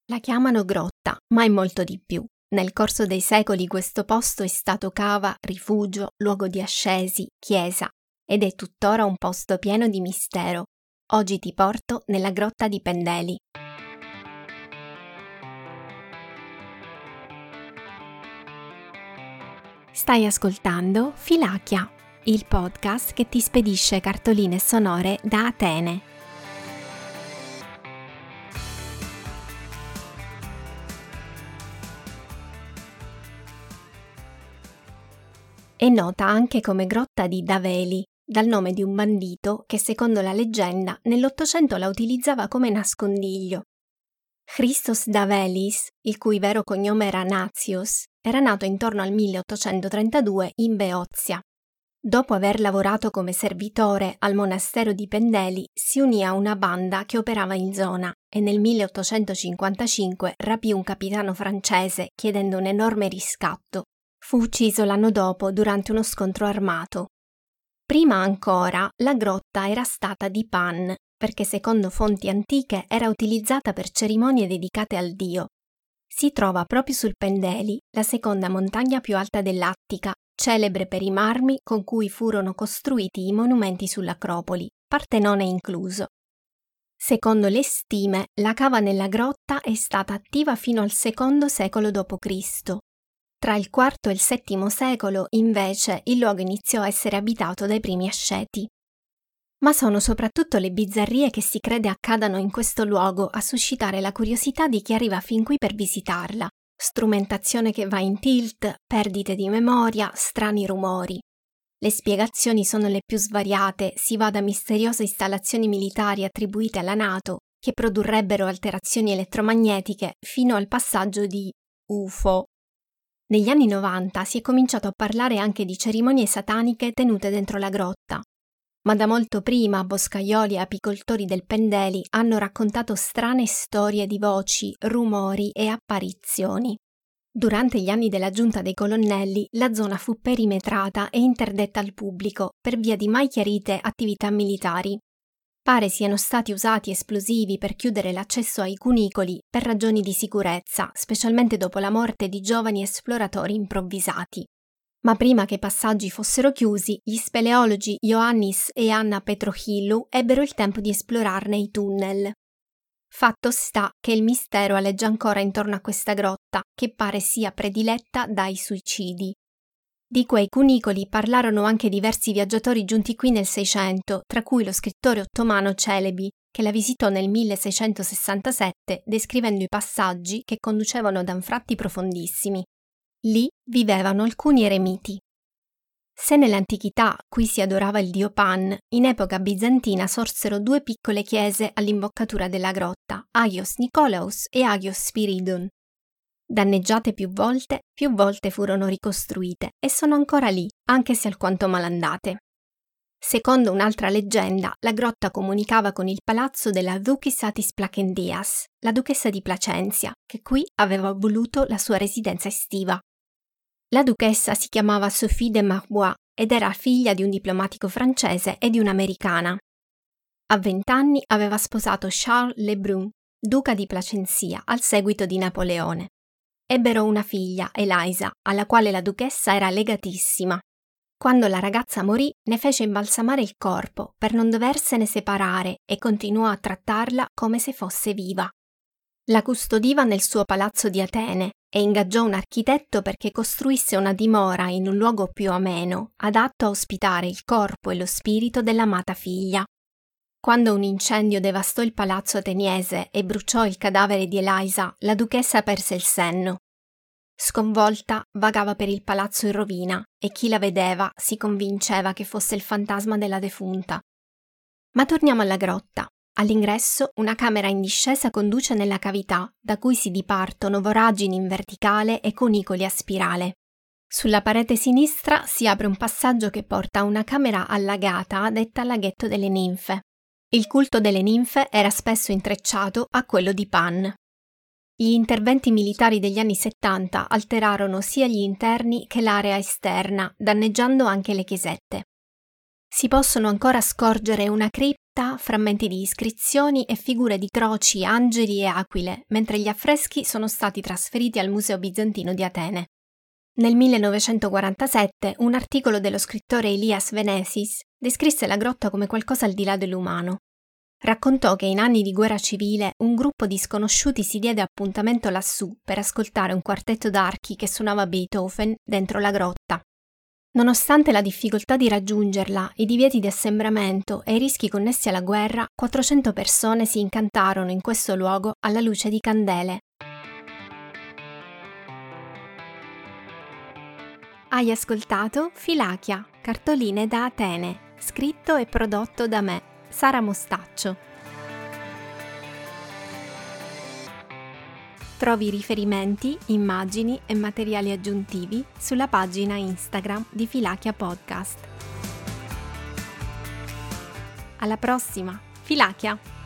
La chiamano grotta, ma è molto di più. Nel corso dei secoli questo posto è stato cava, rifugio, luogo di ascesi, chiesa ed è tuttora un posto pieno di mistero. Oggi ti porto nella grotta di Pendeli. Stai ascoltando Filachia, il podcast che ti spedisce cartoline sonore da Atene. È nota anche come grotta di Daveli, dal nome di un bandito che secondo la leggenda nell'Ottocento la utilizzava come nascondiglio. Christos Davelis, il cui vero cognome era Natsios, era nato intorno al 1832 in Beozia. Dopo aver lavorato come servitore al monastero di Pendeli, si unì a una banda che operava in zona e nel 1855 rapì un capitano francese chiedendo un enorme riscatto. Fu ucciso l'anno dopo durante uno scontro armato. Prima ancora, la grotta era stata di Pan, perché secondo fonti antiche era utilizzata per cerimonie dedicate al dio. Si trova proprio sul Pendeli, la seconda montagna più alta dell'Attica, celebre per i marmi con cui furono costruiti i monumenti sull'Acropoli, Partenone incluso. Secondo le stime, la cava nella grotta è stata attiva fino al secondo secolo d.C. Tra il IV e il VII secolo, invece, il luogo iniziò a essere abitato dai primi asceti. Ma sono soprattutto le bizzarrie che si crede accadano in questo luogo a suscitare la curiosità di chi arriva fin qui per visitarla. Strumentazione che va in tilt, perdite di memoria, strani rumori. Le spiegazioni sono le più svariate, si va da misteriose installazioni militari attribuite alla NATO, che produrrebbero alterazioni elettromagnetiche, fino al passaggio di UFO. Negli anni 90 si è cominciato a parlare anche di cerimonie sataniche tenute dentro la grotta, ma da molto prima boscaioli e apicoltori del Pendeli hanno raccontato strane storie di voci, rumori e apparizioni. Durante gli anni della giunta dei colonnelli, la zona fu perimetrata e interdetta al pubblico per via di mai chiarite attività militari. Pare siano stati usati esplosivi per chiudere l'accesso ai cunicoli per ragioni di sicurezza, specialmente dopo la morte di giovani esploratori improvvisati. Ma prima che i passaggi fossero chiusi, gli speleologi Ioannis e Anna Petrohillou ebbero il tempo di esplorarne i tunnel. Fatto sta che il mistero aleggia ancora intorno a questa grotta, che pare sia prediletta dai suicidi. Di quei cunicoli parlarono anche diversi viaggiatori giunti qui nel Seicento, tra cui lo scrittore ottomano Celebi, che la visitò nel 1667 descrivendo i passaggi che conducevano ad anfratti profondissimi. Lì vivevano alcuni eremiti. Se nell'antichità qui si adorava il dio Pan, in epoca bizantina sorsero due piccole chiese all'imboccatura della grotta, Agios Nikolaos e Agios Spiridon. Danneggiate più volte furono ricostruite e sono ancora lì, anche se alquanto malandate. Secondo un'altra leggenda, la grotta comunicava con il palazzo della Dukisatis Placendias, la duchessa di Placenzia, che qui aveva voluto la sua residenza estiva. La duchessa si chiamava Sophie de Marbois ed era figlia di un diplomatico francese e di un'americana. A 20 anni aveva sposato Charles Le Brun, duca di Placenzia, al seguito di Napoleone. Ebbero una figlia, Eliza, alla quale la duchessa era legatissima. Quando la ragazza morì, ne fece imbalsamare il corpo per non doversene separare e continuò a trattarla come se fosse viva. La custodiva nel suo palazzo di Atene e ingaggiò un architetto perché costruisse una dimora in un luogo più ameno, adatto a ospitare il corpo e lo spirito dell'amata figlia. Quando un incendio devastò il palazzo ateniese e bruciò il cadavere di Eliza, la duchessa perse il senno. Sconvolta, vagava per il palazzo in rovina e chi la vedeva si convinceva che fosse il fantasma della defunta. Ma torniamo alla grotta. All'ingresso una camera in discesa conduce nella cavità, da cui si dipartono voragini in verticale e cunicoli a spirale. Sulla parete sinistra si apre un passaggio che porta a una camera allagata detta laghetto delle ninfe. Il culto delle ninfe era spesso intrecciato a quello di Pan. Gli interventi militari degli anni 70 alterarono sia gli interni che l'area esterna, danneggiando anche le chiesette. Si possono ancora scorgere una cripta, frammenti di iscrizioni e figure di croci, angeli e aquile, mentre gli affreschi sono stati trasferiti al Museo Bizantino di Atene. Nel 1947 un articolo dello scrittore Elias Venesis descrisse la grotta come qualcosa al di là dell'umano. Raccontò che in anni di guerra civile un gruppo di sconosciuti si diede appuntamento lassù per ascoltare un quartetto d'archi che suonava Beethoven dentro la grotta. Nonostante la difficoltà di raggiungerla, i divieti di assembramento e i rischi connessi alla guerra, 400 persone si incantarono in questo luogo alla luce di candele. Hai ascoltato Filachia, cartoline da Atene, scritto e prodotto da me, Sara Mostaccio. Trovi riferimenti, immagini e materiali aggiuntivi sulla pagina Instagram di Filachia Podcast. Alla prossima, Filachia!